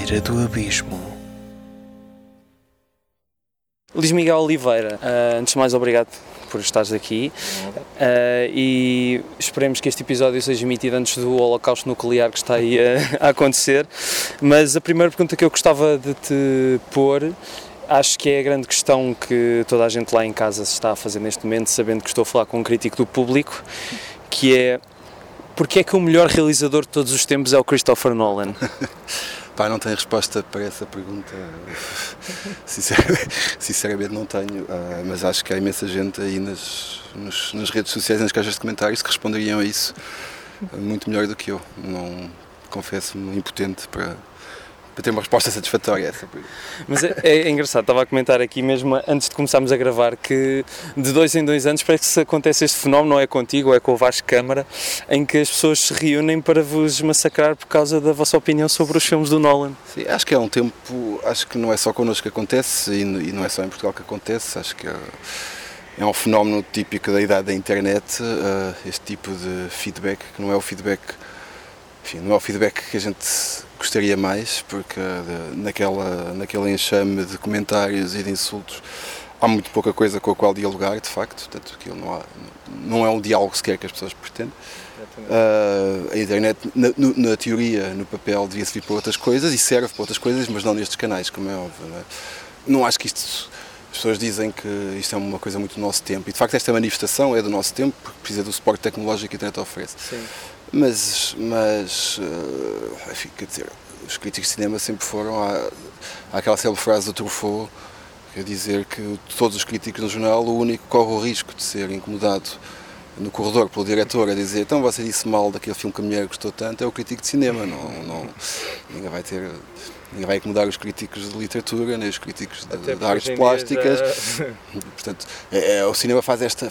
beira do abismo. Luís Miguel Oliveira, antes de mais, obrigado por estares aqui e esperemos que este episódio seja emitido antes do holocausto nuclear que está aí a acontecer. Mas a primeira pergunta que eu gostava de te pôr, acho que é a grande questão que toda a gente lá em casa se está a fazer neste momento, sabendo que estou a falar com um crítico do público, que é: porque é que o melhor realizador de todos os tempos é o Christopher Nolan? Pá, não tenho resposta para essa pergunta, sinceramente não tenho, mas acho que há imensa gente aí nas redes sociais, nas caixas de comentários, que responderiam a isso muito melhor do que eu. Não, confesso-me impotente para ter uma resposta satisfatória a essa pergunta. Mas é engraçado, estava a comentar aqui mesmo antes de começarmos a gravar que de 2 em 2 anos parece que acontece este fenómeno, não é contigo, é com o Vasco Câmara, em que as pessoas se reúnem para vos massacrar por causa da vossa opinião sobre os filmes do Nolan. Sim, acho que é um tempo, acho que não é só connosco que acontece e não é só em Portugal que acontece, acho que é um fenómeno típico da idade da internet, este tipo de feedback, que não é o feedback, enfim, não é o feedback que a gente gostaria mais, porque naquele enxame de comentários e de insultos há muito pouca coisa com a qual dialogar, de facto, portanto aquilo não é um diálogo sequer que as pessoas pretendem. A internet, na teoria, no papel, devia servir para outras coisas e serve para outras coisas, mas não nestes canais, como é óbvio. Não acho que isto... As pessoas dizem que isto é uma coisa muito do nosso tempo, e de facto esta manifestação é do nosso tempo, porque precisa do suporte tecnológico que a internet oferece. Sim. Mas enfim, quer dizer, os críticos de cinema sempre foram àquela célebre frase do Truffaut, que é dizer que todos os críticos no jornal, o único que corre o risco de ser incomodado no corredor pelo diretor a dizer: então você disse mal daquele filme que a mulher gostou tanto, é o crítico de cinema. Ninguém vai incomodar os críticos de literatura, nem os críticos de artes plásticas. Portanto, o cinema faz esta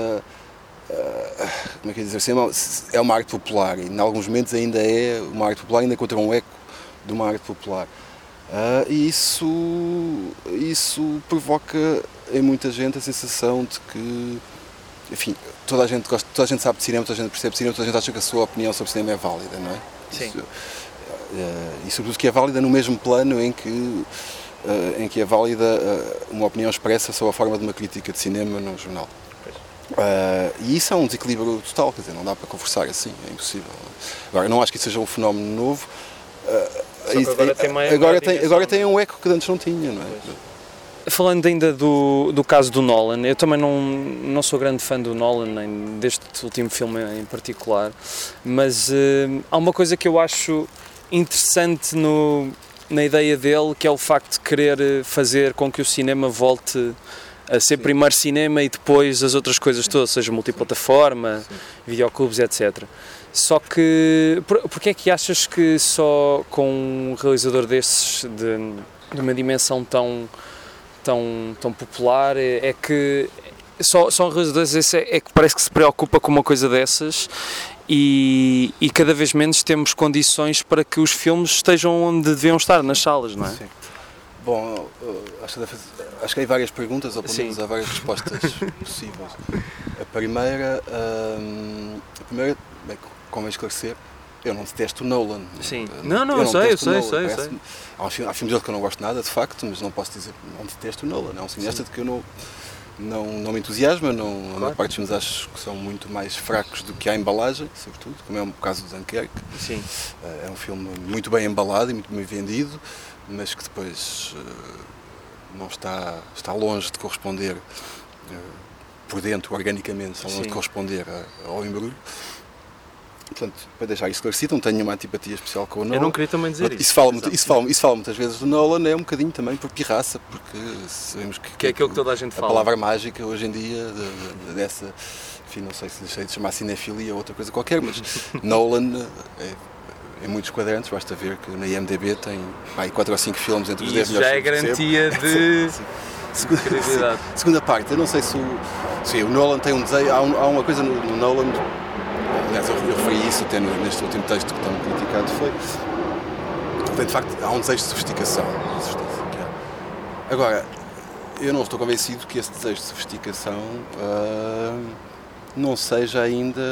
como é que é dizer, é uma arte popular, e em alguns momentos ainda é uma arte popular, ainda encontra um eco de uma arte popular. E isso provoca em muita gente a sensação de que, enfim, toda a gente sabe de cinema, toda a gente percebe de cinema, toda a gente acha que a sua opinião sobre cinema é válida, não é? Sim. E sobretudo que é válida no mesmo plano em que é válida uma opinião expressa sobre a forma de uma crítica de cinema num jornal. E isso é um desequilíbrio total, quer dizer, não dá para conversar assim, é impossível. Agora, não acho que isso seja um fenómeno novo. Agora tem um eco que antes não tinha, não é? Falando ainda do caso do Nolan, eu também não sou grande fã do Nolan, nem deste último filme em particular, mas há uma coisa que eu acho interessante na ideia dele, que é o facto de querer fazer com que o cinema volte a ser primeiro cinema e depois as outras coisas todas, seja multiplataforma, videoclubes, etc. Só que, porque é que achas que só com um realizador desses, de uma dimensão tão popular, é que só um realizador desses é que parece que se preocupa com uma coisa dessas e cada vez menos temos condições para que os filmes estejam onde deviam estar, nas salas, não é? Sim. Bom, acho que há várias perguntas, ou pelo menos há várias respostas possíveis. A primeira, bem, convém esclarecer, eu não detesto o Nolan. Sim. Eu sei. Há filmes dele que eu não gosto nada, de facto, mas não posso dizer que não detesto o Nolan. É um cineasta de que eu não me entusiasma, a maior parte dos filmes acho que são muito mais fracos do que a embalagem, sobretudo, como é o caso do Dunkirk. Sim. É um filme muito bem embalado e muito bem vendido, mas que depois não está longe de corresponder por dentro, organicamente, está longe de corresponder ao embrulho. Portanto, para deixar isso esclarecido, não tenho nenhuma antipatia especial com o Nolan. Eu não queria também dizer isso. Isso fala muitas vezes do Nolan, é um bocadinho também por pirraça, porque sabemos que é aquilo que toda a gente fala. A palavra mágica hoje em dia, dessa, enfim, não sei se deixei de chamar cinefilia ou outra coisa qualquer, mas Nolan em muitos quadrantes, basta ver que na IMDb tem 4 ou 5 filmes entre os 10 melhores filmes. Isso já é garantia de credibilidade. Segunda parte, eu não sei se o Nolan tem um desejo, há uma coisa no Nolan, aliás eu referi isso até neste último texto que tão criticado, foi de facto, há um desejo de sofisticação. Agora, eu não estou convencido que esse desejo de sofisticação não seja ainda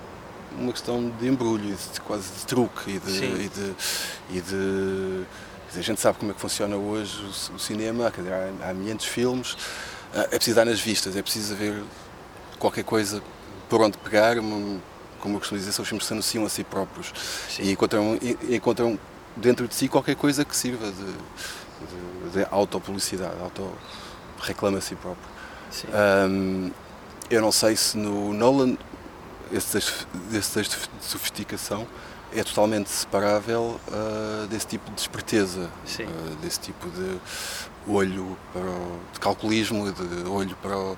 uma questão de embrulho, quase de truque e de A gente sabe como é que funciona hoje o cinema, quer dizer, há milhares de filmes, é preciso dar nas vistas, é preciso haver qualquer coisa por onde pegar, como eu costumo dizer, são os filmes que se anunciam a si próprios. Sim. E encontram dentro de si qualquer coisa que sirva de autopublicidade, autorreclama a si próprio. Eu não sei se no Nolan esse texto de sofisticação é totalmente separável desse tipo de esperteza, desse tipo de olho de calculismo, de olho para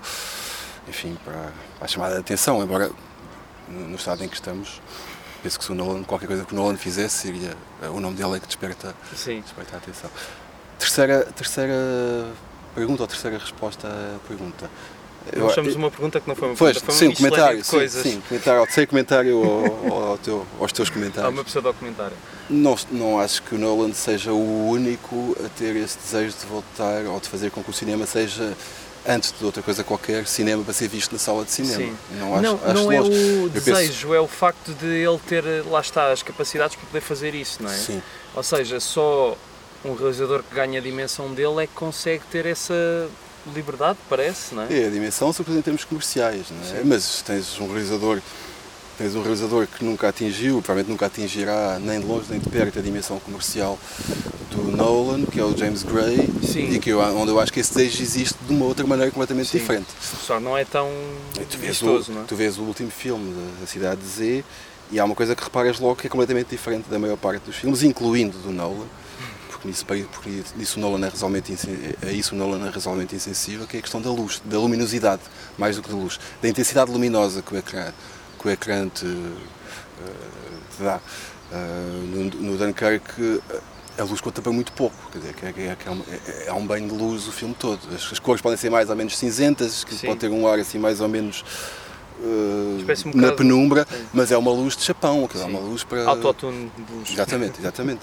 a chamada de atenção, embora no estado em que estamos, penso que se qualquer coisa que o Nolan fizesse, seria o nome dele é que desperta a atenção. Terceira pergunta ou terceira resposta à pergunta. Nós chamamos uma pergunta que não foi uma pergunta, foi sim, comentário, de coisas. Sim, comentário, ao terceiro comentário aos teus comentários. Há uma pseudo-comentário. Não acho que o Nolan seja o único a ter esse desejo de voltar ou de fazer com que o cinema seja, antes de outra coisa qualquer, cinema para ser visto na sala de cinema. Sim. Não é o desejo, é o facto de ele ter, lá está, as capacidades para poder fazer isso, não é? Sim. Ou seja, só um realizador que ganha a dimensão dele é que consegue ter essa liberdade, parece, não é? A dimensão, sobretudo em termos comerciais, não é? Sim. Mas tens um realizador que nunca atingiu, provavelmente nunca atingirá nem de longe nem de perto a dimensão comercial do Nolan, que é o James Gray, e onde eu acho que esse desejo existe de uma outra maneira completamente diferente. Só não é tão vistoso, não é? Tu vês o último filme da Cidade de Z e há uma coisa que reparas logo que é completamente diferente da maior parte dos filmes, incluindo do Nolan, porque nisso o Nolan é razoavelmente insensível, que é a questão da luz, da luminosidade, mais do que da luz, da intensidade luminosa que o ecrã te dá. No Dunkirk a luz conta para muito pouco, quer dizer, é um banho de luz o filme todo. As cores podem ser mais ou menos cinzentas, que pode ter um ar assim mais ou menos na penumbra, mas é uma luz de chapão, é uma luz para... Autotune de luz. Exatamente.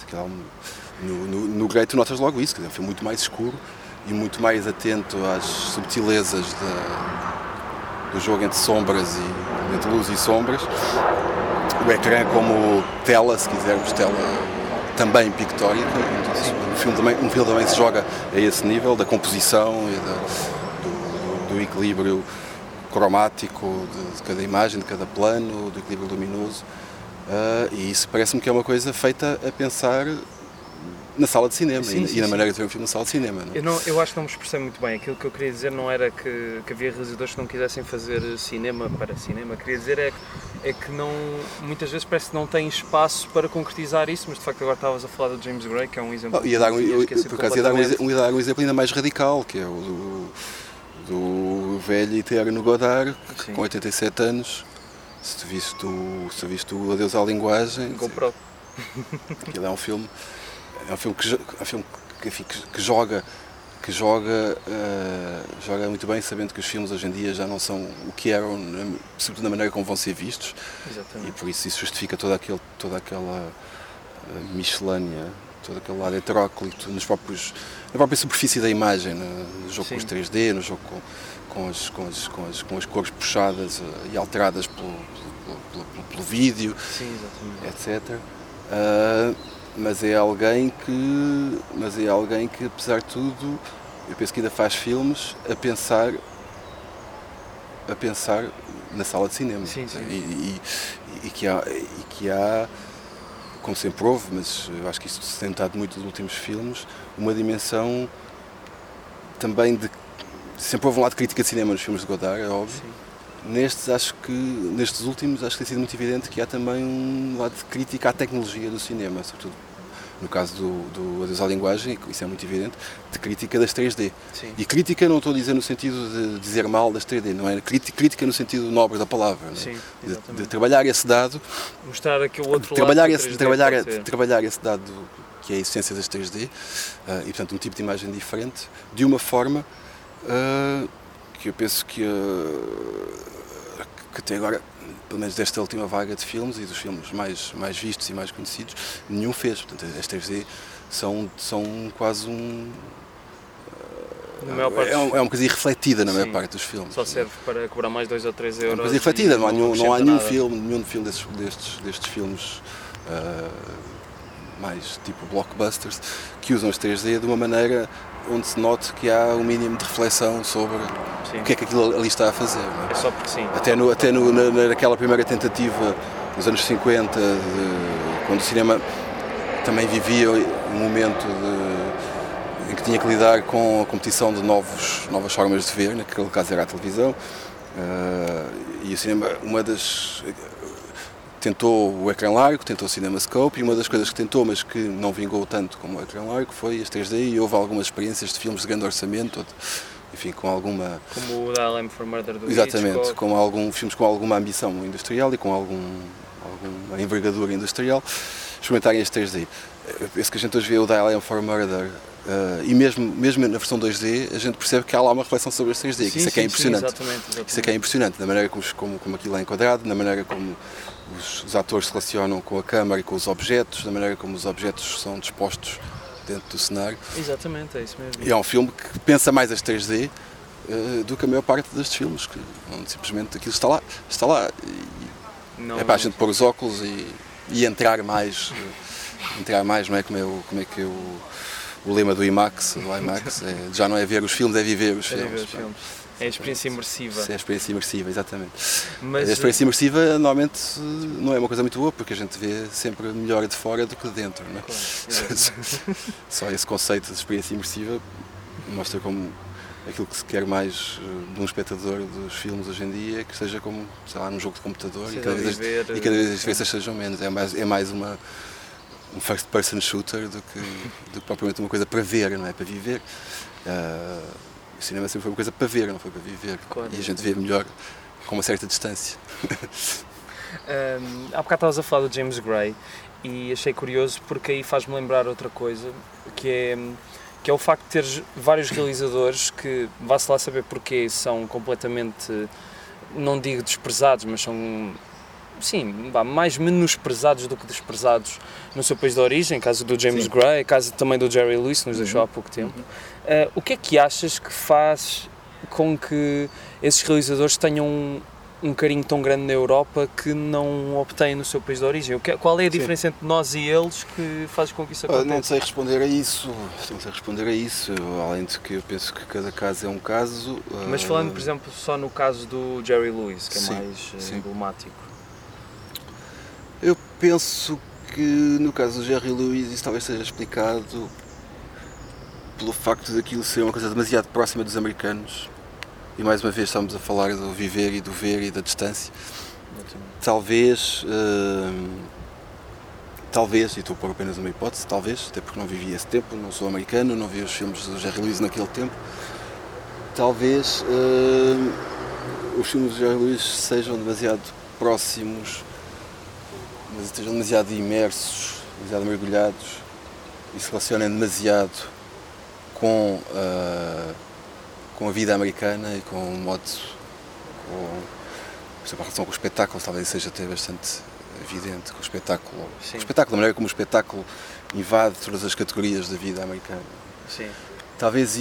No Grey tu notas logo isso, quer dizer, é um filme muito mais escuro e muito mais atento às subtilezas do jogo entre sombras e entre luz e sombras. O ecrã como tela, se quisermos, tela também pictórica. O filme também se joga a esse nível da composição e do equilíbrio cromático de cada imagem, de cada plano, do equilíbrio luminoso. E isso parece-me que é uma coisa feita a pensar na sala de cinema e na maneira de ver um filme na sala de cinema. Não? Eu acho que não me expressei muito bem. Aquilo que eu queria dizer não era que havia realizadores que não quisessem fazer cinema para cinema. Queria dizer é que muitas vezes parece que não tem espaço para concretizar isso, mas de facto agora estavas a falar do James Gray, que é um exemplo. Ia dar um exemplo ainda mais radical, que é o do velho e eterno Godard, que com 87 anos, se viste o Adeus à Linguagem, comprou. Aquilo é um filme que joga muito bem, sabendo que os filmes hoje em dia já não são o que eram, sobretudo na maneira como vão ser vistos. Exatamente. E por isso justifica toda aquela miscelânea, todo aquele lado heteróclito na própria superfície da imagem, no jogo com os 3D, no jogo com as cores puxadas e alteradas pelo vídeo, etc. Mas é alguém que, apesar de tudo, eu penso que ainda faz filmes a pensar na sala de cinema. E que há, como sempre houve, mas eu acho que isso se tem notado muito nos últimos filmes, uma dimensão também de... Sempre houve um lado de crítica de cinema nos filmes de Godard, é óbvio. Nestes últimos, acho que tem sido muito evidente que há também um lado de crítica à tecnologia do cinema, sobretudo no caso do Adeus à Linguagem, isso é muito evidente, de crítica das 3D. Sim. E crítica não estou a dizer no sentido de dizer mal das 3D, não é? Crítica no sentido nobre da palavra, não é? Sim, de trabalhar esse dado, mostrar aquele outro trabalhar lado trabalhar esse dado que é a essência das 3D, e portanto um tipo de imagem diferente, de uma forma que eu penso que até agora, pelo menos desta última vaga de filmes e dos filmes mais vistos e mais conhecidos, nenhum fez. Portanto, as 3D são quase é uma coisa irrefletida na maior parte dos filmes. Só serve para cobrar mais 2 ou 3 euros. É uma coisa irrefletida, não há nenhum filme destes filmes mais tipo blockbusters, que usam os 3D de uma maneira onde se note que há um mínimo de reflexão sobre o que é que aquilo ali está a fazer. Não é? É só porque sim. Naquela primeira tentativa nos anos 50, quando o cinema também vivia um momento em que tinha que lidar com a competição de novas formas de ver, naquele caso era a televisão, e o cinema, tentou o ecrã largo, tentou o CinemaScope, e uma das coisas que tentou, mas que não vingou tanto como o ecrã largo, foi as 3D, e houve algumas experiências de filmes de grande orçamento, enfim, com alguma... Como o Dial M for Murder do Exatamente, Hitchcock. Filmes com alguma ambição industrial e com alguma envergadura industrial, experimentarem as 3D. Esse que a gente hoje vê, o Dial M for Murder, e mesmo na versão 2D, a gente percebe que há lá uma reflexão sobre as 3D, que isso é que é impressionante. Exatamente. Isso é que é impressionante, da maneira como aquilo é enquadrado, na maneira como os atores se relacionam com a câmara e com os objetos, da maneira como os objetos são dispostos dentro do cenário. Exatamente, é isso mesmo. E é um filme que pensa mais as 3D do que a maior parte destes filmes, que onde simplesmente aquilo está lá. É para a gente pôr os óculos e entrar mais, não é? Como é que é o lema do IMAX, já não é ver os filmes, é viver os filmes. É a experiência imersiva. É a experiência imersiva, exatamente. Mas a experiência imersiva normalmente não é uma coisa muito boa, porque a gente vê sempre melhor de fora do que de dentro. Não é? Claro. Só esse conceito de experiência imersiva mostra como aquilo que se quer mais de um espectador dos filmes hoje em dia é que seja como, sei lá, num jogo de computador, e cada vez as diferenças sejam menos. É mais um first person shooter do que propriamente uma coisa para ver, não é? Para viver. O cinema sempre foi uma coisa para ver, não foi para viver. Claro. E a gente vê melhor com uma certa distância. Há bocado estavas a falar do James Gray e achei curioso porque aí faz-me lembrar outra coisa, que é o facto de teres vários realizadores que, vá-se lá saber porquê, são completamente, não digo desprezados, mas são, sim, mais menosprezados do que desprezados no seu país de origem, caso do James Gray, caso também do Jerry Lewis, que nos deixou há pouco tempo. O que é que achas que faz com que esses realizadores tenham um carinho tão grande na Europa que não obtêm no seu país de origem? Qual é a diferença entre nós e eles que faz com que isso aconteça? Não sei responder a isso, além de que eu penso que cada caso é um caso. Mas falando, por exemplo, só no caso do Jerry Lewis, que é mais emblemático. Eu penso que no caso do Jerry Lewis isso talvez seja explicado pelo facto daquilo ser uma coisa demasiado próxima dos americanos, e mais uma vez estamos a falar do viver e do ver e da distância. Talvez, e estou a pôr apenas uma hipótese, talvez, até porque não vivi esse tempo, não sou americano, não vi os filmes do Jerry Lewis naquele tempo, talvez os filmes do Jerry Lewis sejam demasiado próximos, mas estejam demasiado imersos, demasiado mergulhados e se relacionem demasiado com a vida americana e com o modo, por exemplo, a relação com o espetáculo, talvez seja até bastante evidente, com o espetáculo, da maneira como o espetáculo invade todas as categorias da vida americana. Sim. Talvez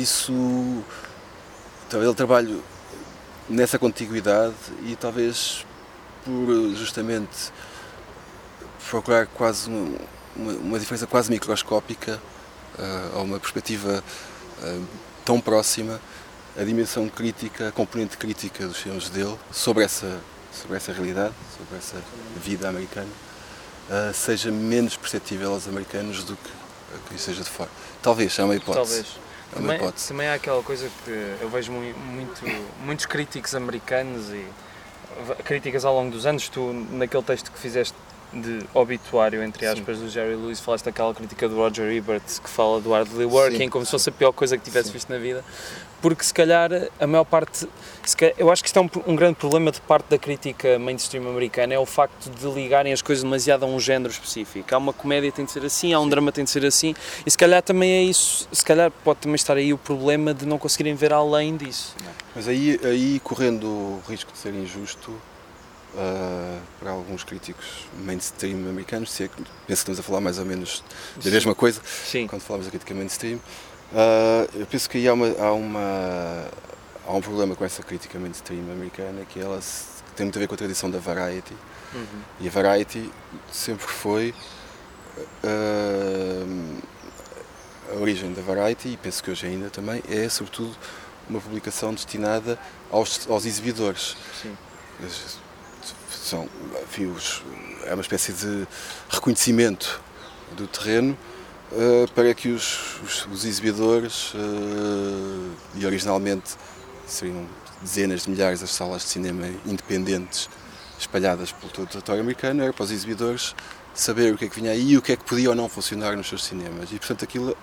ele trabalhe nessa contiguidade e talvez por justamente procurar quase uma diferença quase microscópica, ou uma perspectiva tão próxima, a dimensão crítica, a componente crítica dos filmes dele sobre essa realidade, sobre essa vida americana, seja menos perceptível aos americanos do que seja de fora. Talvez, é uma hipótese. Também há aquela coisa que eu vejo muitos críticos americanos e críticas ao longo dos anos. Tu, naquele texto que fizeste de obituário, entre aspas, do Jerry Lewis, falaste daquela crítica do Roger Ebert que fala do hardly working como se fosse a pior coisa que tivesse visto na vida, porque se calhar a maior parte, eu acho que isto é um grande problema de parte da crítica mainstream americana, é o facto de ligarem as coisas demasiado a um género específico. Há uma comédia que tem de ser assim, há um drama que tem de ser assim, e se calhar também é isso, se calhar pode também estar aí o problema de não conseguirem ver além disso. Mas aí correndo o risco de ser injusto, para alguns críticos mainstream americanos, se é que penso que estamos a falar mais ou menos da mesma coisa. Sim. Quando falamos da crítica mainstream, eu penso que aí há um problema com essa crítica mainstream americana, que ela tem muito a ver com a tradição da Variety. E a Variety sempre foi a origem da Variety, e penso que hoje ainda também, é sobretudo uma publicação destinada aos exibidores. Sim. São, enfim, é uma espécie de reconhecimento do terreno para que os exibidores, e originalmente seriam dezenas de milhares de salas de cinema independentes espalhadas por todo o território americano, era para os exibidores saber o que é que vinha aí e o que é que podia ou não funcionar nos seus cinemas. E, portanto, aquilo,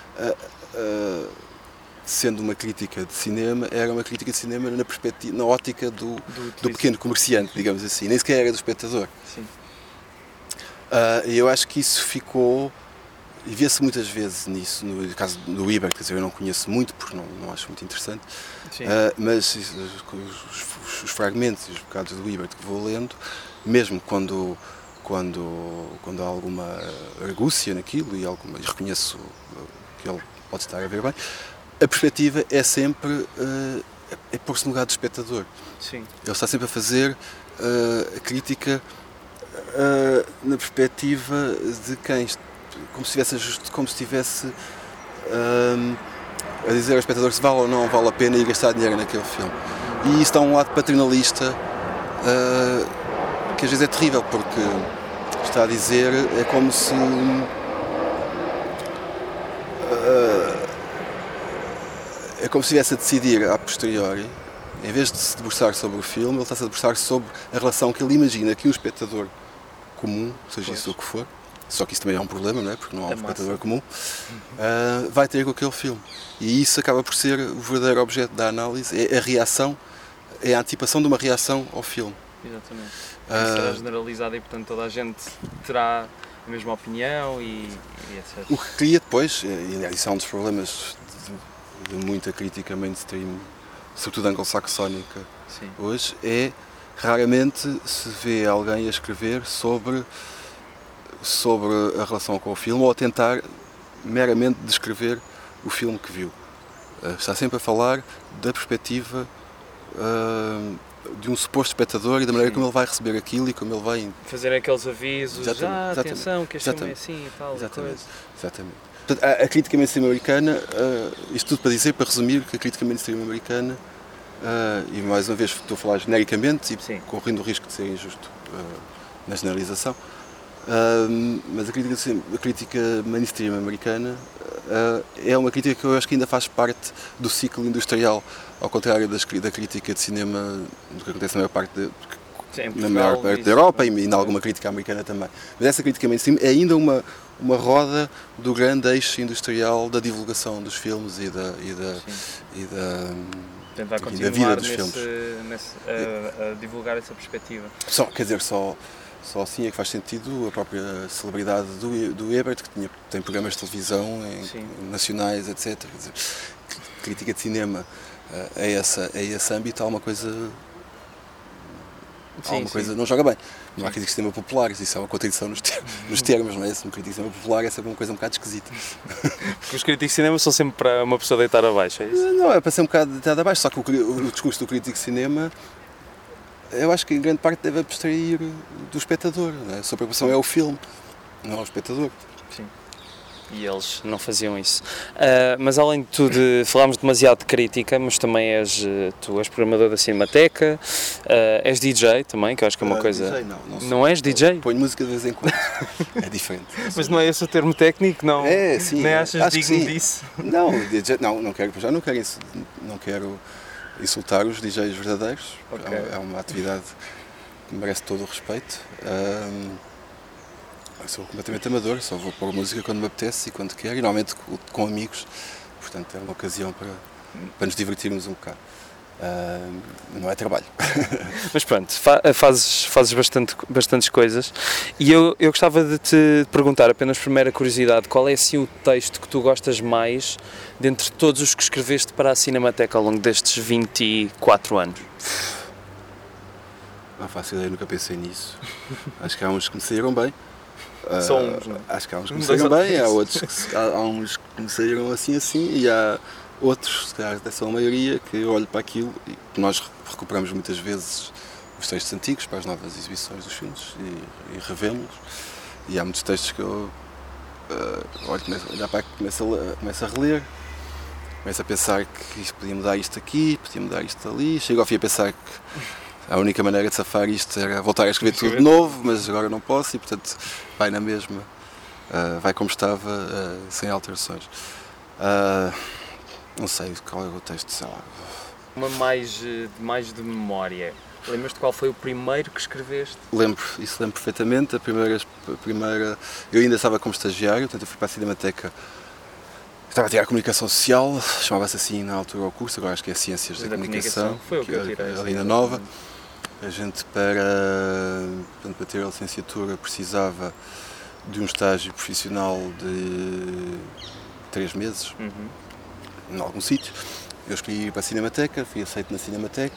sendo uma crítica de cinema, era uma crítica de cinema na ótica do pequeno comerciante, digamos assim, nem sequer era do espectador. Sim. E eu acho que isso ficou, e vê-se muitas vezes nisso, no caso do Ebert, quer dizer, eu não conheço muito porque não acho muito interessante, mas os fragmentos e os bocados do Ebert que vou lendo, mesmo quando há alguma argúcia naquilo e reconheço que ele pode estar a ver bem, a perspectiva é sempre pôr-se no lugar do espectador. Sim. Ele está sempre a fazer a crítica na perspectiva de quem, como se estivesse a dizer ao espectador se vale ou não vale a pena ir gastar dinheiro naquele filme. E isso dá um lado paternalista que às vezes é terrível, porque está a dizer, é como se estivesse a decidir a posteriori, em vez de se debruçar sobre o filme, ele está-se a debruçar sobre a relação que ele imagina que um espectador comum, seja isso o que for, só que isso também é um problema, não é? Porque não há um espectador comum, vai ter com aquele filme. E isso acaba por ser o verdadeiro objeto da análise, é a reação, é a antecipação de uma reação ao filme. Exatamente. Será generalizada e, portanto, toda a gente terá a mesma opinião e etc. O que cria depois, e isso é um dos problemas de muita crítica mainstream, sobretudo anglo-saxónica, hoje, é raramente se vê alguém a escrever sobre a relação com o filme ou a tentar meramente descrever o filme que viu. Está sempre a falar da perspectiva de um suposto espectador e da maneira como ele vai receber aquilo e como ele vai fazer aqueles avisos, atenção, que este filme é assim e tal. Exatamente. Portanto, a crítica mainstream americana, isto tudo para dizer, para resumir, que a crítica mainstream americana, e mais uma vez estou a falar genericamente e correndo o risco de ser injusto na generalização, mas a crítica mainstream americana é uma crítica que eu acho que ainda faz parte do ciclo industrial, ao contrário da crítica de cinema, do que acontece na maior parte da Europa e em alguma crítica americana também. Mas essa crítica mainstream é ainda uma roda do grande eixo industrial da divulgação dos filmes e da vida dos filmes. A divulgar essa perspectiva. Só assim é que faz sentido a própria celebridade do Ebert, que tem programas de televisão nacionais, etc. Quer dizer, crítica de cinema é esse âmbito, há uma coisa não joga bem. Não há crítica de cinema popular, isso é uma contradição nos termos, não é? Se uma crítica de cinema popular é sempre uma coisa um bocado esquisita. Porque os críticos de cinema são sempre para uma pessoa deitar abaixo, é isso? Não, é para ser um bocado deitado abaixo, só que o discurso do crítico de cinema, eu acho que em grande parte deve abstrair do espectador, não é? A sua preocupação é o filme, não é o espectador. Sim. E eles não faziam isso. Mas além de tudo, falámos demasiado de crítica, mas também tu és programador da Cinemateca, és DJ também, que eu acho que é uma coisa... DJ não és DJ? Ponho música de vez em quando, é diferente. Mas não é esse o termo técnico, não? É, sim. Nem achas digno disso? Não, DJ, não quero insultar os DJs verdadeiros, é uma atividade que merece todo o respeito. Eu sou completamente amador, só vou pôr música quando me apetece e quando quero, e normalmente com amigos, portanto é uma ocasião para nos divertirmos um bocado. Não é trabalho. Mas pronto, fazes bastantes coisas e eu gostava de te perguntar, apenas por mera curiosidade, qual é assim o texto que tu gostas mais dentre todos os que escreveste para a Cinemateca ao longo destes 24 anos? Não faço ideia, nunca pensei nisso. Acho que há uns que me saíram bem. Acho que há uns que me saíram bem, há uns que me saíram assim e há outros, se calhar dessa maioria, que eu olho para aquilo e que nós recuperamos muitas vezes os textos antigos para as novas exibições dos filmes e revemos, e há muitos textos que eu olho, começo a reler, começo a pensar que isto podia mudar isto aqui, podia mudar isto ali, chego ao fim a pensar que a única maneira de safar isto era voltar a escrever tudo de novo, mas agora não posso e portanto vai na mesma, vai como estava, sem alterações. Não sei qual é o texto, sei lá. Uma mais de memória. Lembras-te qual foi o primeiro que escreveste? Lembro perfeitamente. A primeira, eu ainda estava como estagiário, portanto eu fui para a Cinemateca. Estava a tirar Comunicação Social, chamava-se assim na altura o curso, agora acho que é Ciências da Comunicação. Foi o que eu tirei. Ali na Nova. A gente para ter a licenciatura precisava de um estágio profissional de 3 meses, em algum sítio. Eu escolhi ir para a Cinemateca, fui aceito na Cinemateca.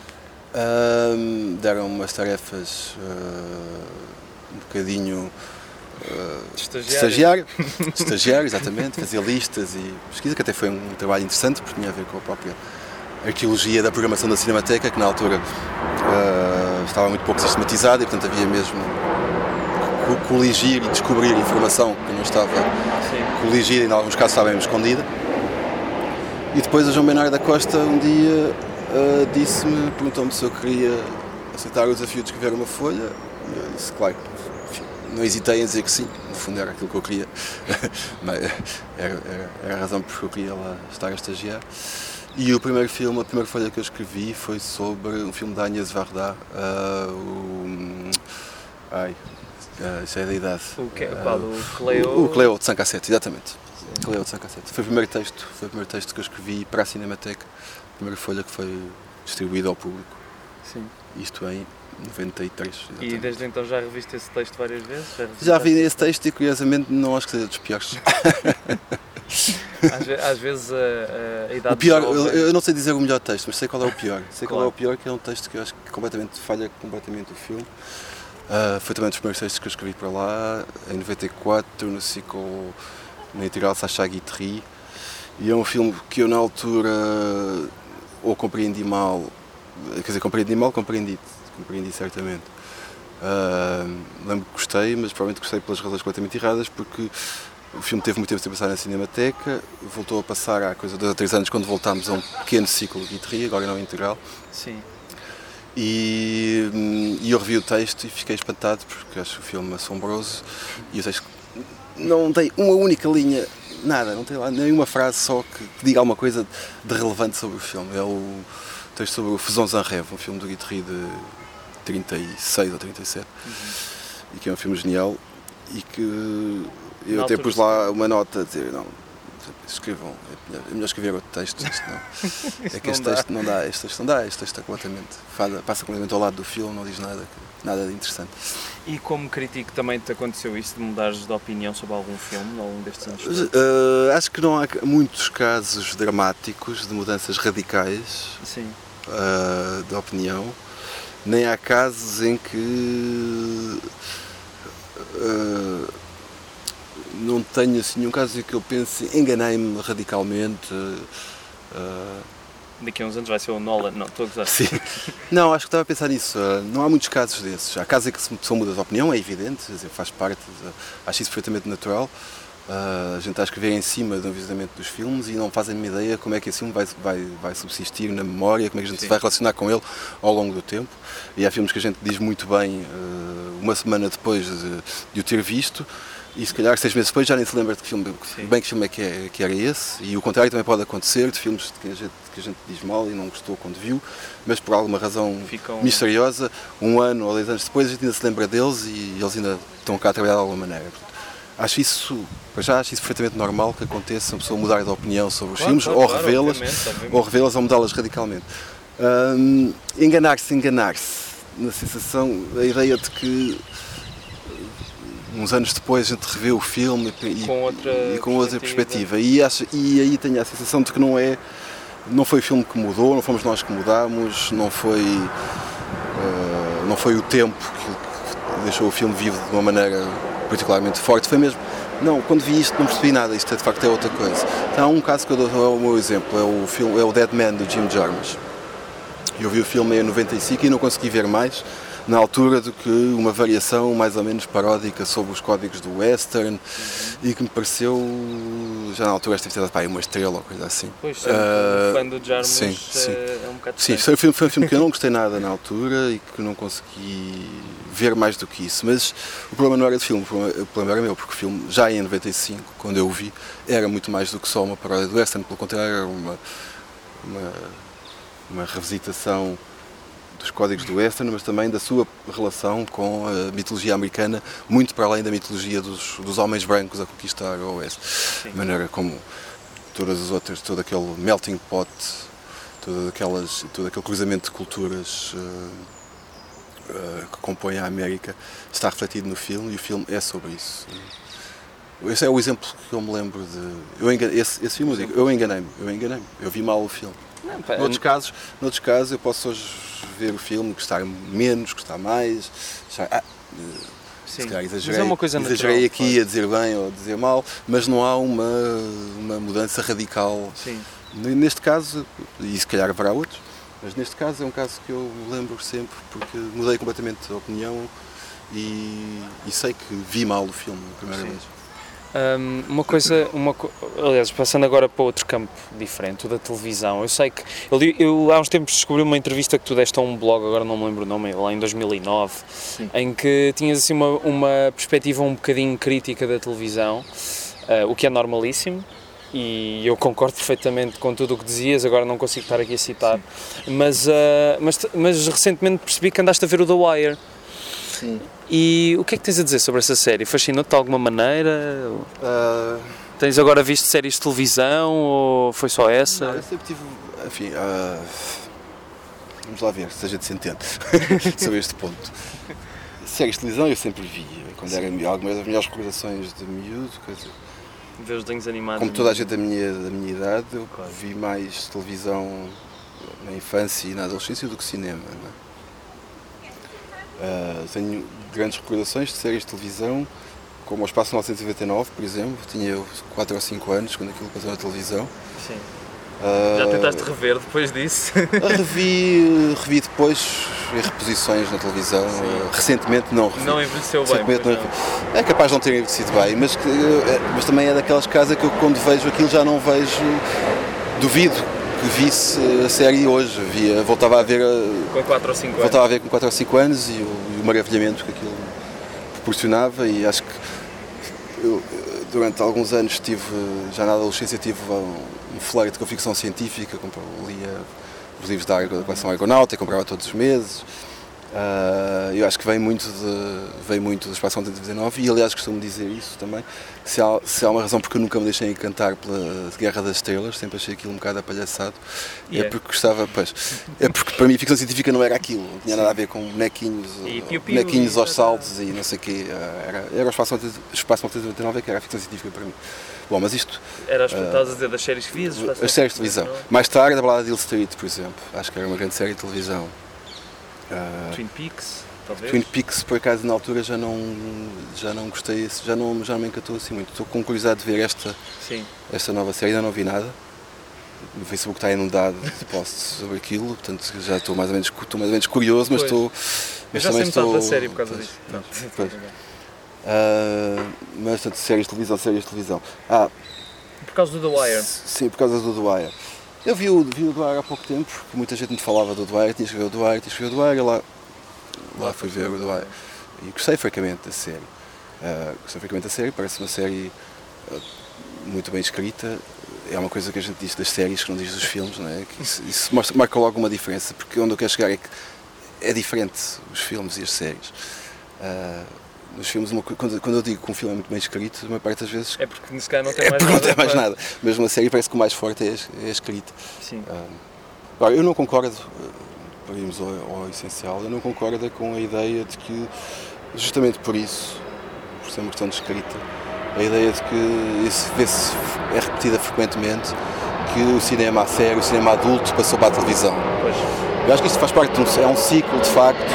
Deram umas tarefas um bocadinho de estagiário, exatamente, fazia listas e pesquisa, que até foi um trabalho interessante porque tinha a ver com a própria arqueologia da programação da Cinemateca, que na altura estava muito pouco sistematizada e portanto havia mesmo coligir e descobrir informação que não estava coligida e em alguns casos estava mesmo escondida. E depois a João Bernardo da Costa um dia perguntou-me se eu queria aceitar o desafio de escrever uma folha. Eu disse, claro, não hesitei em dizer que sim, no fundo era aquilo que eu queria, mas era a razão por que eu queria lá estar a estagiar. E a primeira folha que eu escrevi foi sobre um filme da Agnès Varda, isso é da idade. O Cleo? O Cleo de Sancassete, exatamente. Cleo de Sancassete. Foi o primeiro texto que eu escrevi para a Cinemateca, a primeira folha que foi distribuída ao público. Sim. Isto em 93. Exatamente. E desde então já reviste esse texto várias vezes? Já vi esse texto e curiosamente não acho que seja dos piores. Às vezes a idade o pior, jovem... eu não sei dizer o melhor texto, mas sei qual é o pior. Sei qual é o pior, que é um texto que eu acho que falha completamente o filme. Foi também um dos primeiros textos que eu escrevi para lá, em 94, no ciclo na integral Sacha Guitry. E é um filme que eu na altura ou compreendi mal, compreendi certamente. Lembro que gostei, mas provavelmente gostei pelas razões completamente erradas, porque o filme teve muito tempo sem passar na Cinemateca, voltou a passar há coisa de 2 ou 3 anos quando voltámos a um pequeno ciclo de Guitry, agora não integral. Sim. E eu revi o texto e fiquei espantado porque acho o filme assombroso e o texto não tem uma única linha, nada, não tem lá nenhuma frase só que diga alguma coisa de relevante sobre o filme. É o texto sobre o Faisons un rêve, um filme do Guitry de 36 ou 37, e que é um filme genial e que eu até pus lá uma nota a dizer, não, escrevam, é melhor escrever outro texto, isto não. É que este texto não dá, este texto está completamente, passa completamente ao lado do filme, não diz nada de interessante. E como crítico também te aconteceu isso de mudares de opinião sobre algum filme ao longo destes anos? Acho que não há muitos casos dramáticos de mudanças radicais de opinião, nem há casos em que não tenho assim nenhum caso em que eu pense enganei-me radicalmente. Daqui a uns anos vai ser o Nolan, não, estou a gozar. Sim. Não, acho que estava a pensar nisso. Não há muitos casos desses. Há casos em que a pessoa muda de opinião, é evidente, quer dizer, faz parte, acho isso perfeitamente natural. A gente está a escrever em cima do enviesamento dos filmes e não fazem a mínima ideia como é que esse filme vai subsistir na memória, como é que a gente se vai relacionar com ele ao longo do tempo. E há filmes que a gente diz muito bem uma semana depois de o ter visto, e se calhar 6 meses depois já nem se lembra de que filme é que era esse, e o contrário também pode acontecer, de filmes que a gente diz mal e não gostou quando viu, mas por alguma razão misteriosa, 1 ano ou 10 anos depois a gente ainda se lembra deles e eles ainda estão cá a trabalhar de alguma maneira. Acho isso perfeitamente normal que aconteça, uma pessoa mudar de opinião sobre os filmes, ou revê-las ou mudá-las radicalmente. Enganar-se, na sensação, a ideia de que uns anos depois a gente revê o filme e com outra perspectiva. E aí tenho a sensação de que não foi o filme que mudou, não fomos nós que mudámos, não foi o tempo que deixou o filme vivo de uma maneira particularmente forte, foi mesmo, não, quando vi isto não percebi nada, isto de facto é outra coisa. Então, há um caso que eu dou, é o meu exemplo, é o Dead Man, do Jim Jarmusch. Eu vi o filme em 95 e não consegui ver mais, na altura do que uma variação mais ou menos paródica sobre os códigos do western e que me pareceu, já na altura, esta ter dado uma estrela ou coisa assim. Pois, um fã do Jarmusch sim. é um bocado Sim, foi um filme que eu não gostei nada na altura e que não consegui ver mais do que isso, mas o problema não era do filme, o problema era meu, porque o filme, já em 95, quando eu o vi, era muito mais do que só uma paródia do western, pelo contrário, era uma revisitação dos códigos do western, mas também da sua relação com a mitologia americana, muito para além da mitologia dos homens brancos a conquistar o oeste. De maneira como todas as outras, todo aquele melting pot, todo aquele cruzamento de culturas que compõe a América está refletido no filme e o filme é sobre isso. Esse é o exemplo que eu me lembro de... Esse filme, eu enganei-me, eu vi mal o filme. Noutros casos eu posso hoje ver o filme, gostar menos, gostar mais, se calhar exagerei, é uma coisa exagerei natural, aqui a dizer bem ou a dizer mal, mas não há uma mudança radical. Sim. Neste caso, e se calhar haverá outros, mas neste caso é um caso que eu lembro sempre porque mudei completamente de opinião e sei que vi mal o filme na primeira vez. Aliás, passando agora para outro campo diferente, o da televisão, eu sei que eu há uns tempos descobri uma entrevista que tu deste a um blog, agora não me lembro o nome, lá em 2009, em que tinhas assim uma perspectiva um bocadinho crítica da televisão, o que é normalíssimo, e eu concordo perfeitamente com tudo o que dizias, agora não consigo estar aqui a citar, mas recentemente percebi que andaste a ver o The Wire. Sim. E o que é que tens a dizer sobre essa série? Fascinou-te de alguma maneira? Tens agora visto séries de televisão ou foi só essa? Não, eu sempre tive... Enfim, vamos lá ver, seja de centeno sobre este ponto. Séries de televisão eu sempre vi, quando era algumas das melhores recordações de miúdo, ver os desenhos animados. Como toda a gente da minha idade, eu vi mais televisão na infância e na adolescência do que cinema. Não é? Tenho grandes recordações de séries de televisão, como o Espaço 1999, por exemplo. Tinha 4 ou 5 anos quando aquilo passou na televisão. Sim. Já tentaste rever depois disso? Revi depois em reposições na televisão. Recentemente não revi. Não envelheceu bem. É capaz de não ter envelhecido bem, mas também é daquelas casas que eu, quando vejo aquilo, já não vejo. Duvido que visse a série hoje. Voltava a ver com 4 ou 5 anos. Voltava a ver com 4 ou 5 anos e o maravilhamento que aquilo proporcionava, e acho que eu, durante alguns anos já na adolescência tive um flerte com ficção científica, lia os livros da coleção Argonauta e comprava todos os meses. Eu acho que veio muito do Espaço 1999 e, aliás, costumo dizer isso também. Se há uma razão porque eu nunca me deixei encantar pela Guerra das Estrelas, sempre achei aquilo um bocado apalhaçado, é porque gostava, é porque para mim a ficção científica não era aquilo, não tinha nada a ver com bonequinhos aos saltos e não sei o quê. Era o Espaço 1999 que era a ficção científica para mim. Bom, mas isto... Era estás a dizer das séries que vias? As séries de televisão. Mais tarde, a Balada de Hill Street, por exemplo. Acho que era uma grande série de televisão. Twin Peaks, talvez? Twin Peaks, por acaso, na altura já não gostei, já não me encantou assim muito. Estou com curiosidade de ver esta nova série, ainda não vi nada. O Facebook está inundado de posts sobre aquilo, portanto já estou mais ou menos curioso, mas estou... Mas já sei metade da série por causa disso. Mas, portanto, séries de televisão. Por causa do The Wire? Sim, por causa do The Wire. Eu vi o The Wire há pouco tempo, porque muita gente me falava do The Wire, tinha que ver o The Wire, e lá fui ver o The Wire. E gostei francamente da série. Parece uma série muito bem escrita. É uma coisa que a gente diz das séries, que não diz dos filmes, não é? Que isso marca logo uma diferença, porque onde eu quero chegar é que é diferente os filmes e as séries. Nos filmes, quando eu digo que um filme é muito bem escrito, a maior parte das vezes... É porque se calhar não tem mais nada. Mas uma série parece que o mais forte é a escrita. Sim. Eu não concordo, para irmos ao essencial, eu não concordo com a ideia de que, justamente por isso, por ser uma questão de escrita, a ideia de que isso é repetida frequentemente, que o cinema a sério, o cinema adulto passou para a televisão. Pois. Eu acho que isso faz parte é um ciclo, de facto,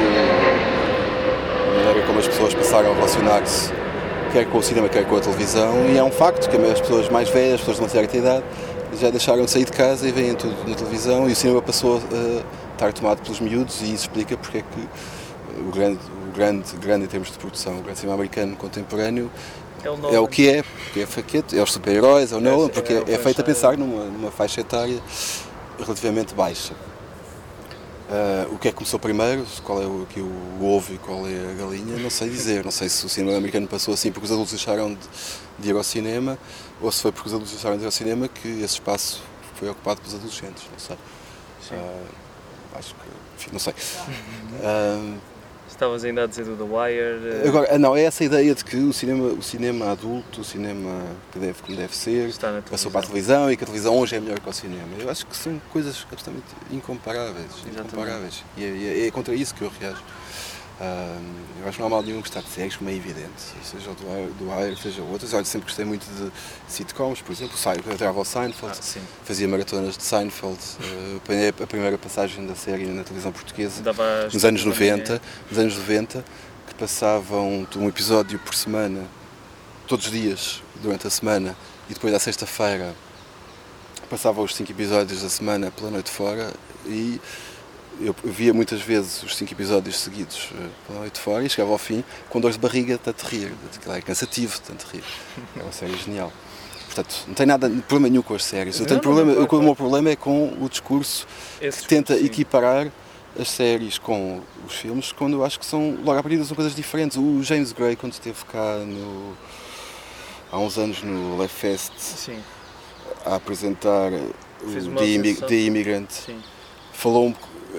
como as pessoas passaram a relacionar-se quer com o cinema, quer com a televisão, e é um facto que as pessoas mais velhas, as pessoas de uma certa idade, já deixaram de sair de casa e veem tudo na televisão, e o cinema passou a estar tomado pelos miúdos, e isso explica porque é que o grande em termos de produção, o grande cinema americano contemporâneo É o que é, porque é faquete, é os super-heróis, é o Nolan, porque é feito a pensar numa faixa etária relativamente baixa. O que é que começou primeiro, qual é o ovo e qual é a galinha, não sei dizer. Não sei se o cinema americano passou assim porque os adultos deixaram de ir ao cinema, ou se foi porque os adultos deixaram de ir ao cinema que esse espaço foi ocupado pelos adolescentes, não sei. Acho que, enfim, não sei. Estavas ainda a dizer do The Wire. Agora, não, é essa ideia de que o cinema adulto, o cinema como deve ser, passou para a televisão e que a televisão hoje é melhor que o cinema. Eu acho que são coisas absolutamente incomparáveis. E é contra isso que eu reajo. Eu acho que não há mal nenhum gostar de séries, como é evidente, seja do Wire, seja outras. Eu sempre gostei muito de sitcoms, por exemplo, eu adorava o Seinfeld, fazia maratonas de Seinfeld, a primeira passagem da série na televisão portuguesa, nos anos 90, que passavam um episódio por semana, todos os dias, durante a semana, e depois à sexta-feira passavam os 5 episódios da semana pela noite fora, e eu via muitas vezes os 5 episódios seguidos pela noite fora e chegava ao fim com dores de barriga de tanto rir. É cansativo de tanto rir. É uma série genial. Portanto, não tem problema nenhum com as séries. O meu problema é com o discurso que tenta equiparar as séries com os filmes, quando eu acho que são, logo à partida, são coisas diferentes. O James Gray, quando esteve cá há uns anos no Left Fest, a apresentar o The Immigrant, falou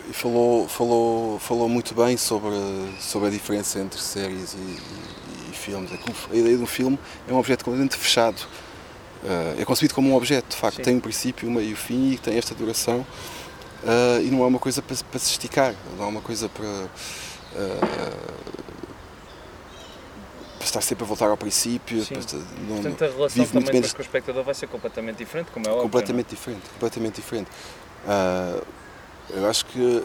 muito bem sobre a diferença entre séries e filmes. A ideia de um filme é um objeto completamente fechado. É concebido como um objeto, de facto. Tem um princípio, um meio e um fim e tem esta duração. E não é uma coisa para se esticar, não é uma coisa para estar sempre a voltar ao princípio. Portanto, a relação também com o espectador vai ser completamente diferente, como é óbvio. Completamente diferente. Eu acho que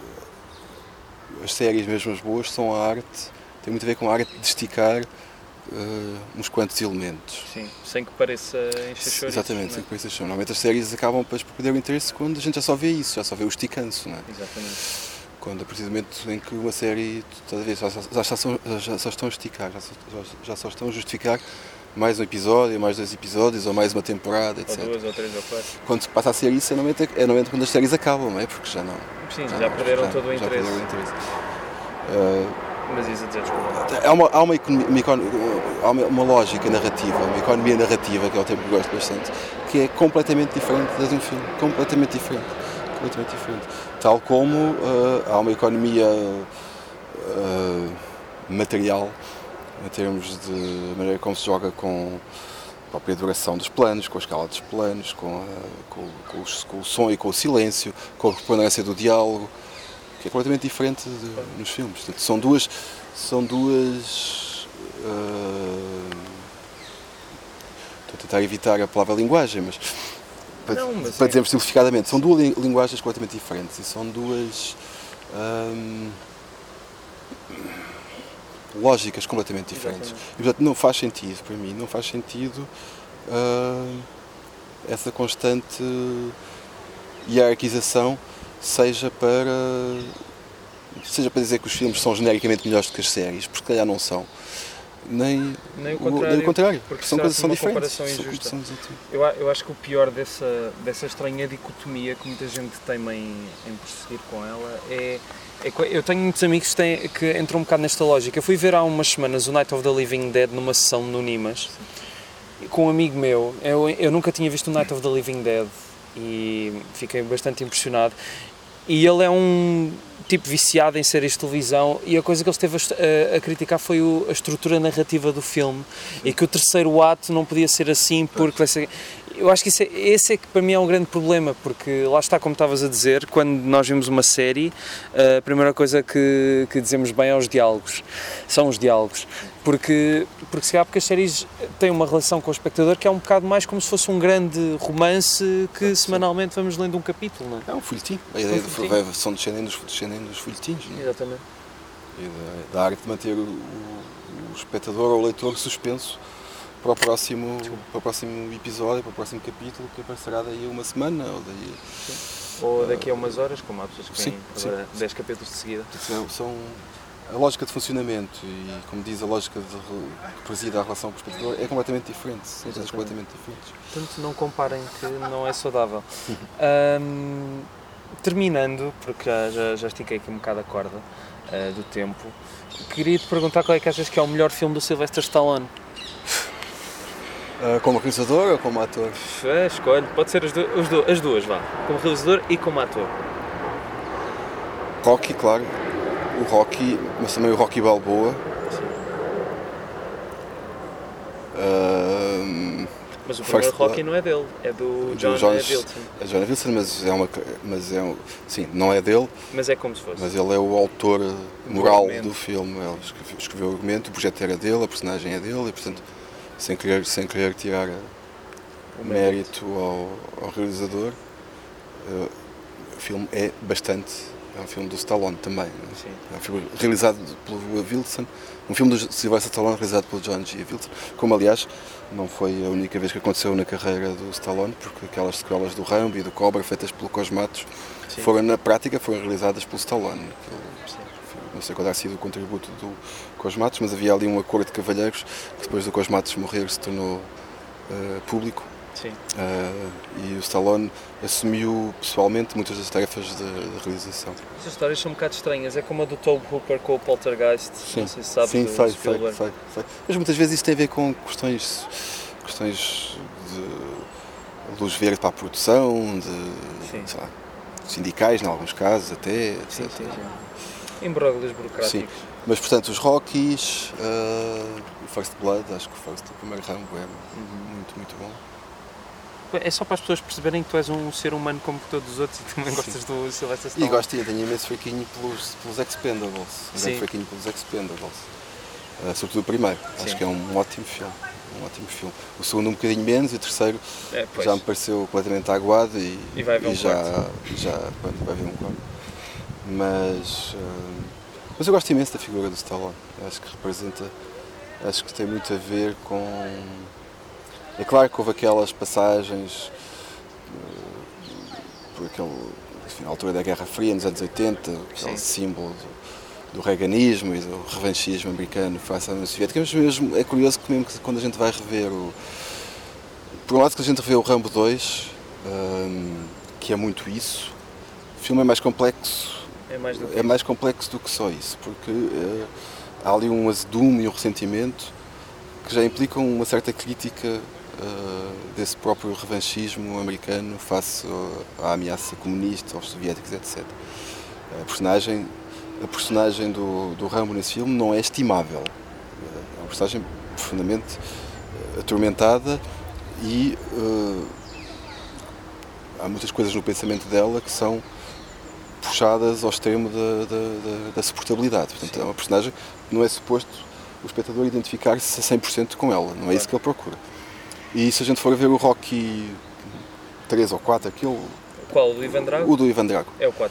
as séries, mesmo as boas, são a arte, tem muito a ver com a arte de esticar uns quantos elementos. Sim, sem que pareça encher chouriços. Exatamente, sem que pareça chouriços. Normalmente as séries acabam por perder o interesse quando a gente já só vê isso, já só vê o esticanço, não é? Exatamente. Quando, a partir do momento em que uma série, já só estão a esticar, já só estão a justificar mais um episódio, mais 2 episódios, ou mais uma temporada, etc. Ou 2, ou 3, ou 4. Quando se passa a ser isso, é normalmente quando as séries acabam, não é? Porque já não... Sim, já perderam todo o interesse. Já perderam o interesse. Mas isso a dizer, desculpa. Há uma lógica narrativa, uma economia narrativa, que é o termo que eu gosto bastante, que é completamente diferente da de um filme. Completamente diferente. Tal como há uma economia material, em termos de maneira como se joga com a própria duração dos planos, com a escala dos planos, com o som e com o silêncio, com a preponderância do diálogo, que é completamente diferente nos filmes. Portanto, são duas estou a tentar evitar a palavra linguagem, mas para dizermos simplificadamente, são duas linguagens completamente diferentes e são duas lógicas completamente diferentes. E, portanto, não faz sentido, para mim, essa constante hierarquização, seja para dizer que os filmes são genericamente melhores do que as séries, porque se calhar não são. Nem o contrário, porque são coisas que são diferentes. Eu acho que o pior dessa estranha dicotomia que muita gente teima em prosseguir com ela é eu tenho muitos amigos que entram um bocado nesta lógica. Eu fui ver há umas semanas o Night of the Living Dead numa sessão no Nimas com um amigo meu. Eu nunca tinha visto o Night of the Living Dead e fiquei bastante impressionado. E ele é um tipo viciado em séries de televisão e a coisa que ele esteve a criticar foi a estrutura narrativa do filme e que o terceiro ato não podia ser assim porque vai ser... Eu acho que esse é que para mim é um grande problema, porque lá está, como estavas a dizer, quando nós vimos uma série, a primeira coisa que dizemos bem são os diálogos, porque se calhar porque as séries têm uma relação com o espectador que é um bocado mais como se fosse um grande romance que semanalmente vamos lendo um capítulo, não é? É um folhetim, a ideia são descendendo dos folhetins, não é? Exatamente. E da arte de manter o espectador ou o leitor suspenso para o próximo episódio, para o próximo capítulo, que aparecerá daí a uma semana ou daí... Ou daqui a umas horas, como há pessoas que têm 10 capítulos de seguida. a lógica de funcionamento e, como diz, a lógica que preside a relação com o espectador é completamente diferente. São coisas completamente diferentes. Portanto, não comparem, que não é saudável. Terminando, porque já estiquei aqui um bocado a corda do tempo, queria-te perguntar qual é que achas que é o melhor filme do Sylvester Stallone? Como realizador ou como ator? Escolhe, pode ser as duas, vá. Como realizador e como ator. Rocky, claro. O Rocky, mas também o Rocky Balboa. Mas o primeiro Rocky não é dele, é do John Avildsen. É John Avildsen, sim, não é dele. Mas é como se fosse. Mas ele é o autor moral do filme. Ele escreveu o argumento, o projeto era dele, a personagem é dele e, portanto, sem querer tirar o mérito ao realizador, o filme é um filme do Stallone também. Sim. É um filme realizado pelo Avildsen, um filme do Sylvester Stallone realizado pelo John G. Avildsen, como aliás não foi a única vez que aconteceu na carreira do Stallone, porque aquelas sequelas do Rambo e do Cobra feitas pelo Cosmatos foram realizadas pelo Stallone. Não sei qual terá sido o contributo do Cosmatos, mas havia ali um acordo de cavalheiros que depois do Cosmatos morrer se tornou público. Sim. E o Stallone assumiu pessoalmente muitas das tarefas de realização. Essas histórias são um bocado estranhas, é como a do Tobe Hooper com o Poltergeist. Sim. Não sei se sabes. Sim, do sei. Mas muitas vezes isso tem a ver com questões de luz verde para a produção, sei lá, sindicais, em alguns casos até, etc. Sim. Imbróglios burocráticos. Sim, mas portanto os Rockies, o First Blood, acho que o primeiro Rambo é muito bom. É só para as pessoas perceberem que tu és um ser humano como todos os outros e também gostas do Sylvester Stallone. E gosto, tenho imenso fraquinho pelos Expendables. Um grande fraquinho pelos Expendables. Sobretudo o primeiro. Sim. Acho que é um ótimo filme. O segundo um bocadinho menos e o terceiro já me pareceu completamente aguado e vai haver vai haver um quarto. Mas eu gosto imenso da figura do Stallone. Acho que tem muito a ver com... É claro que houve aquelas passagens por na altura da Guerra Fria, nos anos 80, aquele símbolo do reaganismo e do revanchismo americano face à União Soviética, mas mesmo é curioso que mesmo quando a gente vai rever por um lado que a gente revê o Rambo 2, que é muito isso, o filme é mais complexo. É mais complexo do que só isso, porque há ali um azedume e um ressentimento que já implicam uma certa crítica desse próprio revanchismo americano face à ameaça comunista, aos soviéticos, etc. A personagem do Rambo nesse filme não é estimável. É uma personagem profundamente atormentada e há muitas coisas no pensamento dela que são puxadas ao extremo da suportabilidade. Portanto, é uma personagem que não é suposto o espectador identificar-se a 100% com ela, não é isso que ele procura. E se a gente for a ver o Rocky 3 ou 4, aquele... Qual? O do Ivan Drago? O do Ivan Drago. É o 4.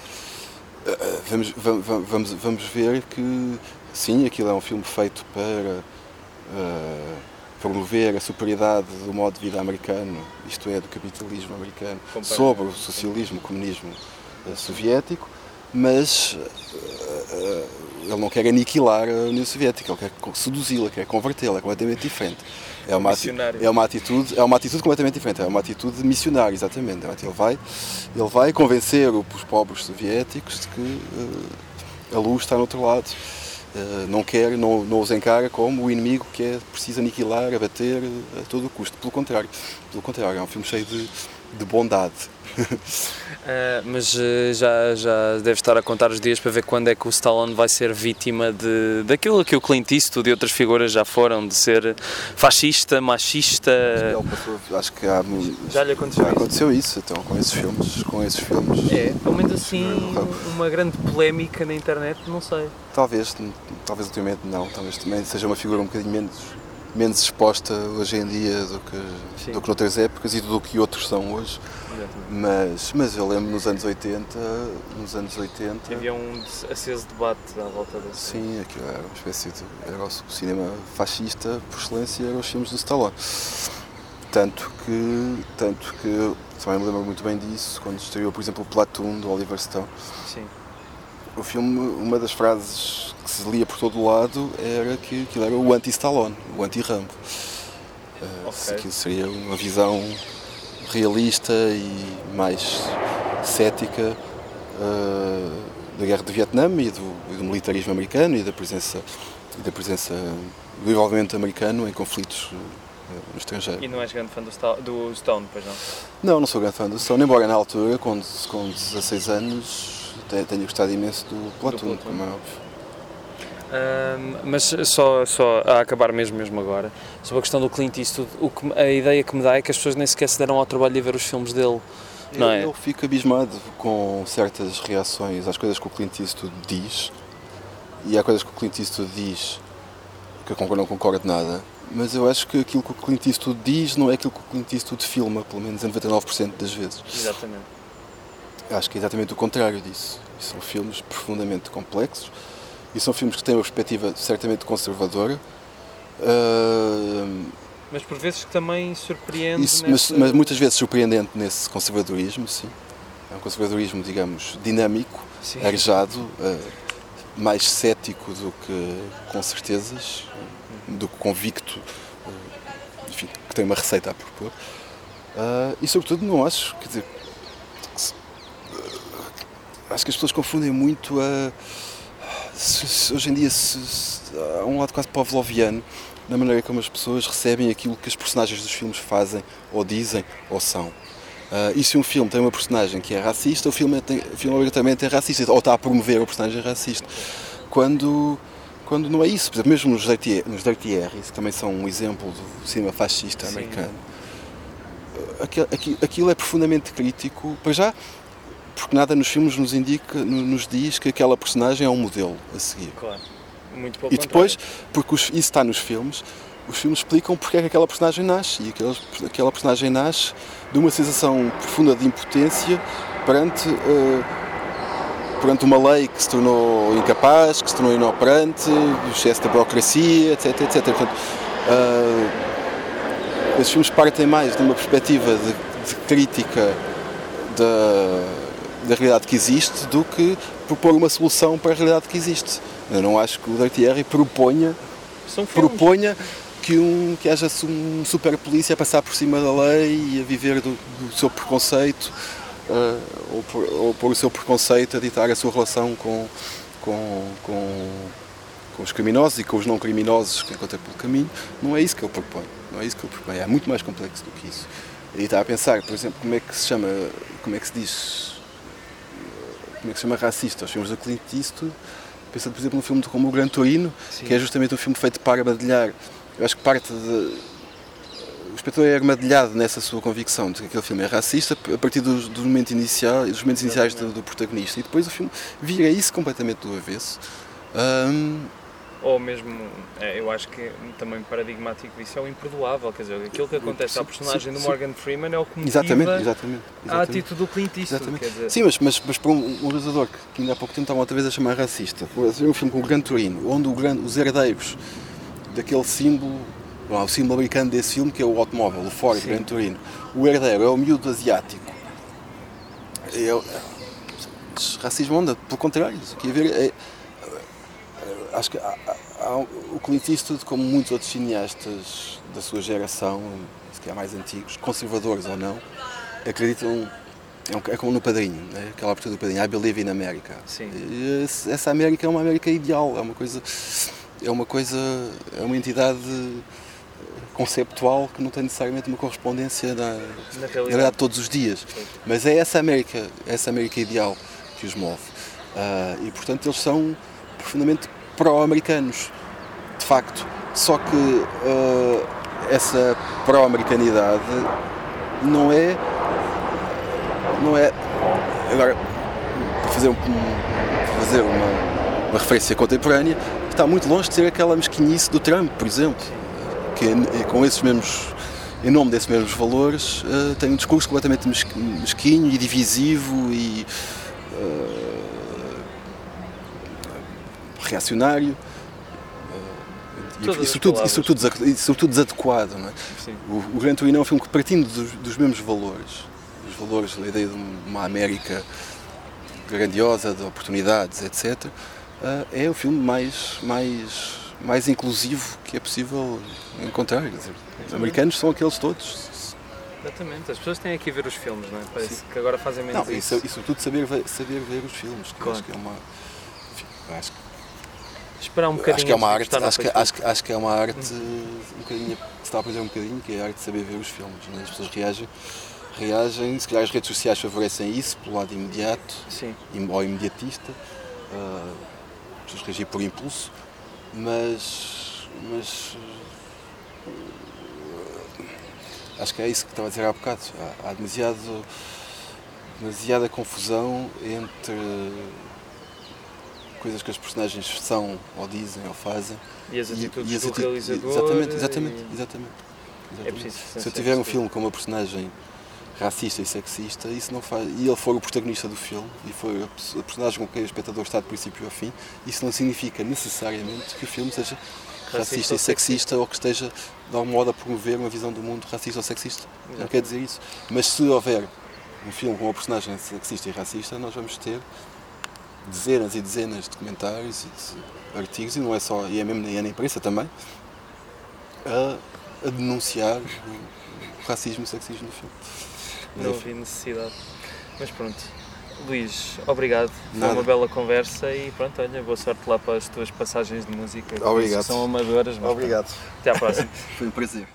Vamos ver que, sim, aquilo é um filme feito para promover a superioridade do modo de vida americano, isto é, do capitalismo americano, sobre o socialismo, o comunismo soviético, mas ele não quer aniquilar a União Soviética, ele quer seduzi-la, quer convertê-la, é completamente diferente. É uma atitude completamente diferente, é uma atitude missionária, exatamente. Ele vai convencer os pobres soviéticos de que a luz está no outro lado. Não os encara como o inimigo que é preciso aniquilar, abater a todo o custo. Pelo contrário, é um filme cheio de bondade. Mas já deve estar a contar os dias para ver quando é que o Stallone vai ser vítima daquilo que o Clint Eastwood e outras figuras já foram, de ser fascista, machista. Acho que já lhe aconteceu isso então, com esses filmes. É, pelo menos assim, uma grande polémica na internet, não sei. Talvez ultimamente não, talvez também seja uma figura um bocadinho menos exposta hoje em dia do que noutras épocas e do que outros são hoje. Mas eu lembro nos anos 80 havia um aceso debate à volta disso. Sim, aquilo era uma espécie era o cinema fascista por excelência, eram os filmes do Stallone. Tanto que também me lembro muito bem disso quando estreou, por exemplo, o Platoon do Oliver Stone. Sim. O filme, uma das frases que se lia por todo o lado era que aquilo era o anti-Stallone, o anti-Rambo. Se aquilo seria uma visão realista e mais cética da guerra do Vietnã e do militarismo americano e da presença do envolvimento americano em conflitos no estrangeiro. E não és grande fã do Stone, pois não? Não sou grande fã do Stone, embora na altura, com 16 anos, tenha gostado imenso do Platoon, como é óbvio. Mas só a acabar mesmo agora, sobre a questão do Clint Eastwood, a ideia que me dá é que as pessoas nem sequer se deram ao trabalho de ver os filmes dele, não é? Eu fico abismado com certas reações às coisas que o Clint Eastwood diz, e há coisas que o Clint Eastwood diz que eu não concordo nada, mas eu acho que aquilo que o Clint Eastwood diz não é aquilo que o Clint Eastwood filma, pelo menos em 99% das vezes. Exatamente. Acho que é exatamente o contrário disso. E são filmes profundamente complexos e são filmes que têm uma perspectiva certamente conservadora. Mas por vezes também surpreende. Mas muitas vezes surpreendente nesse conservadorismo, sim. É um conservadorismo, digamos, dinâmico, sim, arejado, mais cético do que com certezas, do que convicto, enfim, que tem uma receita a propor. E sobretudo não acho, quer dizer, acho que as pessoas confundem muito hoje em dia há um lado quase pavloviano na maneira como as pessoas recebem aquilo que os personagens dos filmes fazem, ou dizem, ou são. E se um filme tem uma personagem que é racista, o filme obrigatoriamente é racista, ou está a promover o personagem racista. Quando não é isso, por exemplo, mesmo nos Dirty Harrys, que também são um exemplo do cinema fascista americano, aquilo é profundamente crítico, para já, porque nada nos filmes nos diz que aquela personagem é um modelo a seguir. Claro. Muito pouco. E depois, porque isso está nos filmes, os filmes explicam porque é que aquela personagem nasce, e aquela personagem nasce de uma sensação profunda de impotência perante uma lei que se tornou incapaz, que se tornou inoperante, do excesso da burocracia, etc. Portanto, esses filmes partem mais de uma perspectiva de crítica da realidade que existe do que propor uma solução para a realidade que existe. Eu não acho que o Dirty Harry proponha que haja um super polícia a passar por cima da lei e a viver do seu preconceito, ou por o seu preconceito a ditar a sua relação com os criminosos e com os não criminosos que encontra pelo caminho. Não é isso que ele propõe. É muito mais complexo do que isso. E está a pensar, por exemplo, como é que se chama racista aos filmes do Clint Eastwood, pensando, por exemplo, num filme como o Gran Torino, sim, que é justamente um filme feito para armadilhar. Eu acho que o espectador é armadilhado nessa sua convicção de que aquele filme é racista a partir dos momentos iniciais do protagonista, e depois o filme vira isso completamente do avesso. Ou mesmo, eu acho que também paradigmático disso é o imperdoável, quer dizer, aquilo que acontece à personagem do Morgan Freeman é o que motiva a atitude do Clint Eastwood. Quer dizer... Sim, mas para um realizador que ainda há pouco tempo estava outra vez a chamar racista, um filme como o Gran Torino, onde os herdeiros daquele símbolo, o símbolo americano desse filme, que é o automóvel, o Ford Gran Torino, o herdeiro é o miúdo asiático. Racismo onda, pelo contrário, acho que o Clint Eastwood, como muitos outros cineastas da sua geração, se calhar mais antigos, conservadores ou não, acreditam, é como no Padrinho, né? Aquela abertura do Padrinho, I Believe in America. Sim. E essa América é uma América ideal, é uma entidade conceptual que não tem necessariamente uma correspondência na realidade de todos os dias. Mas é essa América ideal que os move. E portanto eles são profundamente pró-americanos, de facto. Só que essa pró-americanidade não é. Agora, para fazer uma referência contemporânea, está muito longe de ser aquela mesquinhice do Trump, por exemplo, que com esses mesmos, em nome desses mesmos valores, tem um discurso completamente mesquinho e divisivo e reacionário e sobretudo desadequado, não é? O Gran Torino é um filme que, partindo dos mesmos valores, os valores da ideia de uma América grandiosa, de oportunidades, etc., é o filme mais inclusivo que é possível encontrar. Quer dizer, os americanos são aqueles todos. Exatamente, as pessoas têm aqui ver os filmes, não é? Parece que agora fazem menos isso. E sobretudo saber ver os filmes, que eu acho que é uma... Enfim, acho que esperar um bocadinho. Acho que é uma arte, acho que é uma arte um bocadinho, que se está a aprender um bocadinho, que é a arte de saber ver os filmes. Não é? As pessoas reagem, se calhar as redes sociais favorecem isso, pelo lado imediato, ou imediatista, as pessoas reagem por impulso, mas acho que é isso que estava a dizer há bocado. Há demasiada confusão entre coisas que as personagens são, ou dizem, ou fazem. E as atitudes do realizador. Exatamente. É preciso. Se eu tiver um filme com uma personagem racista e sexista, isso não faz, e ele for o protagonista do filme, e for a personagem com quem o espectador está de princípio ao fim, isso não significa necessariamente que o filme seja racista e sexista, ou que esteja de algum modo a promover uma visão do mundo racista ou sexista. Exatamente. Não quer dizer isso. Mas se houver um filme com uma personagem sexista e racista, nós vamos ter dezenas e dezenas de comentários e de artigos, e não é só, e é mesmo na imprensa também, a denunciar o racismo e o sexismo no filme. Não havia necessidade. Mas pronto, Luís, obrigado. Foi uma bela conversa e pronto, olha, boa sorte lá para as tuas passagens de música. Obrigado. São amadoras, mas obrigado. Até à próxima. Foi um prazer.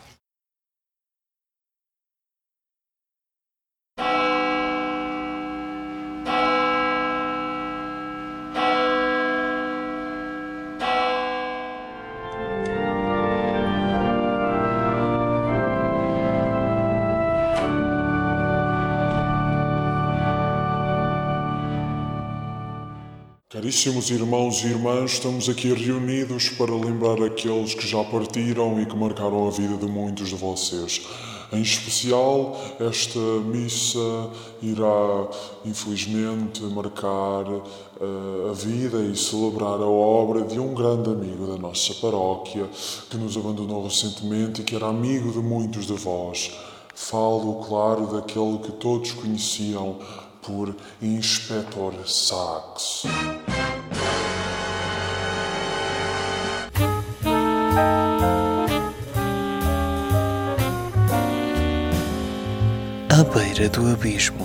Caríssimos irmãos e irmãs, estamos aqui reunidos para lembrar aqueles que já partiram e que marcaram a vida de muitos de vocês. Em especial, esta missa irá, infelizmente, marcar a vida e celebrar a obra de um grande amigo da nossa paróquia, que nos abandonou recentemente e que era amigo de muitos de vós. Falo, claro, daquele que todos conheciam por Inspetor Sax. À beira do abismo.